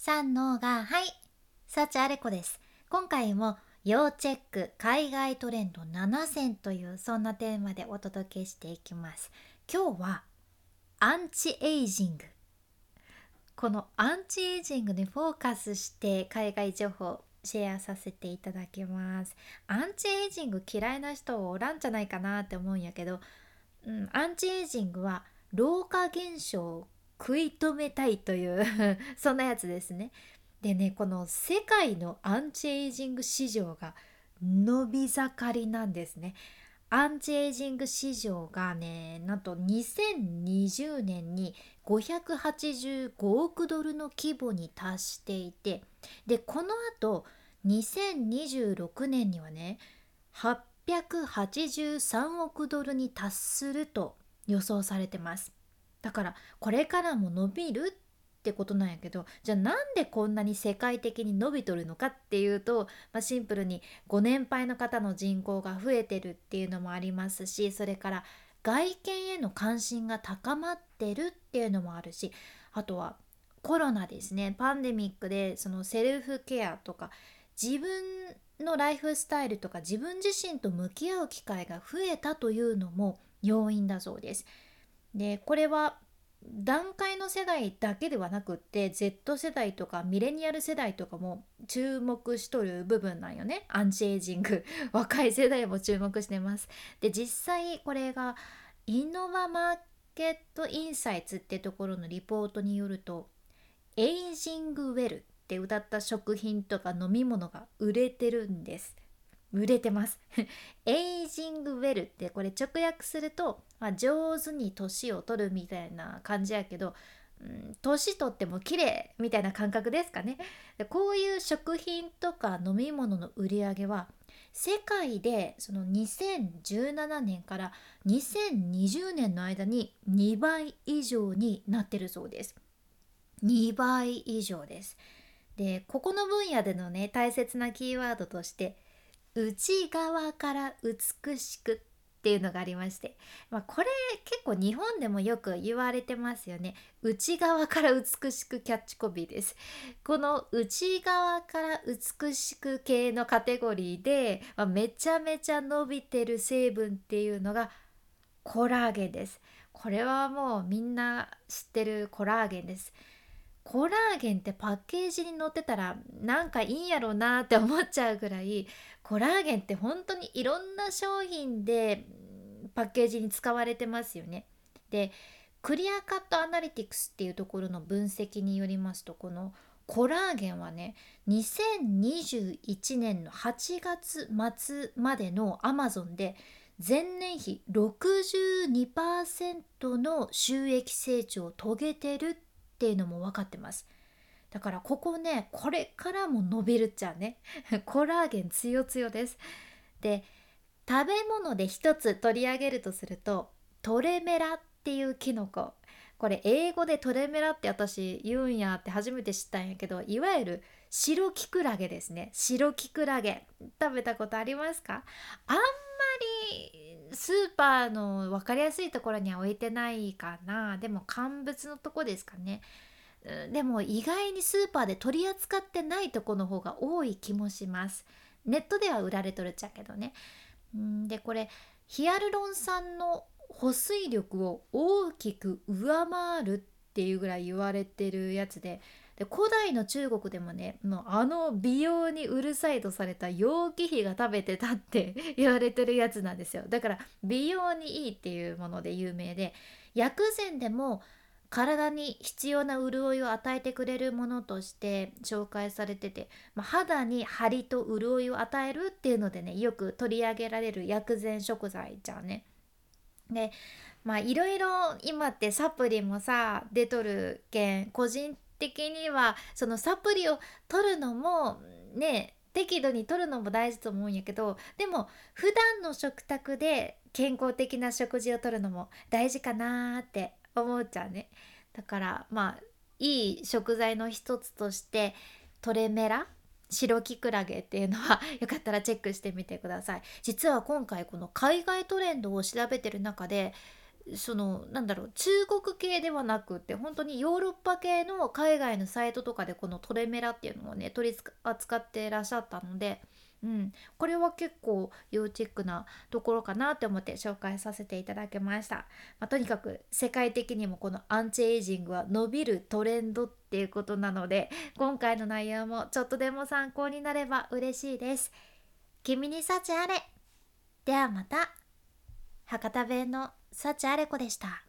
三のがはい、幸あれ子です。今回も要チェック海外トレンド7選というそんなテーマでお届けしていきます。今日はアンチエイジング。このアンチエイジングにフォーカスして海外情報をシェアさせていただきます。アンチエイジング嫌いな人おらんじゃないかなって思うんやけど、アンチエイジングは老化現象を食い止めたいというそんなやつですね。でね、この世界のアンチエイジング市場が伸び盛りなんですね。アンチエイジング市場がね、なんと2020年に585億ドルの規模に達していて、でこの後2026年にはね883億ドルに達すると予想されてます。だからこれからも伸びるってことなんやけど、じゃあなんでこんなに世界的に伸びとるのかっていうと、シンプルにご年配の方の人口が増えてるっていうのもありますし、それから外見への関心が高まってるっていうのもあるし、あとはコロナですね。パンデミックでそのセルフケアとか自分のライフスタイルとか自分自身と向き合う機会が増えたというのも要因だそうです。でこれは段階の世代だけではなくって Z 世代とかミレニアル世代とかも注目しとる部分なんよね。アンチエイジング若い世代も注目してます。で実際これがイノバマーケットインサイツってところのリポートによると、エイジングウェルって歌った食品とか飲み物が売れてるんです。売れてますエイジングウェルってこれ直訳すると、上手に年を取るみたいな感じやけど、年取っても綺麗みたいな感覚ですかね。でこういう食品とか飲み物の売り上げは世界でその2017年から2020年の間に2倍以上になってるそうです。2倍以上です。でここの分野でのね大切なキーワードとして内側から美しくっていうのがありまして、これ結構日本でもよく言われてますよね。内側から美しくキャッチコピーです。この内側から美しく系のカテゴリーで、めちゃめちゃ伸びてる成分っていうのがコラーゲンです。これはもうみんな知ってるコラーゲンです。コラーゲンってパッケージに載ってたらなんかいいんやろうなって思っちゃうぐらい、コラーゲンって本当にいろんな商品でパッケージに使われてますよね。でクリアカットアナリティクスっていうところの分析によりますと、このコラーゲンはね、2021年の8月末までのアマゾンで前年比62%の収益成長を遂げてるっていうのも分かってます。だからここね、これからも伸びるっちゃねコラーゲン強強です。で食べ物で一つ取り上げるとすると、トレメラっていうキノコ。これ英語でトレメラって私言うんやって初めて知ったんやけど、いわゆる白キクラゲですね。白キクラゲ食べたことありますか？あんまりスーパーの分かりやすいところには置いてないかな。でも乾物のとこですかね。でも意外にスーパーで取り扱ってないとこの方が多い気もします。ネットでは売られとるっちゃけどね。でこれヒアルロン酸の保水力を大きく上回るっていうぐらい言われてるやつで、古代の中国でもね、もう美容にうるさいとされた楊貴妃が食べてたって言われてるやつなんですよ。だから美容にいいっていうもので有名で、薬膳でも体に必要な潤いを与えてくれるものとして紹介されてて、肌に張りと潤いを与えるっていうのでね、よく取り上げられる薬膳食材じゃんね。でいろいろ今ってサプリもさ出とるけん、個人的にはそのサプリを取るのもね、適度に取るのも大事と思うんやけど、でも普段の食卓で健康的な食事を取るのも大事かなーって思っちゃうね。だからいい食材の一つとしてトレメラ白キクラゲっていうのはよかったらチェックしてみてください。実は今回この海外トレンドを調べてる中で中国系ではなくって本当にヨーロッパ系の海外のサイトとかでこのトレメラっていうのをね取り扱っていらっしゃったので、これは結構要チェックなところかなって思って紹介させていただきました。とにかく世界的にもこのアンチエイジングは伸びるトレンドっていうことなので、今回の内容もちょっとでも参考になれば嬉しいです。君に幸あれ。ではまた。博多弁の幸あれ子でした。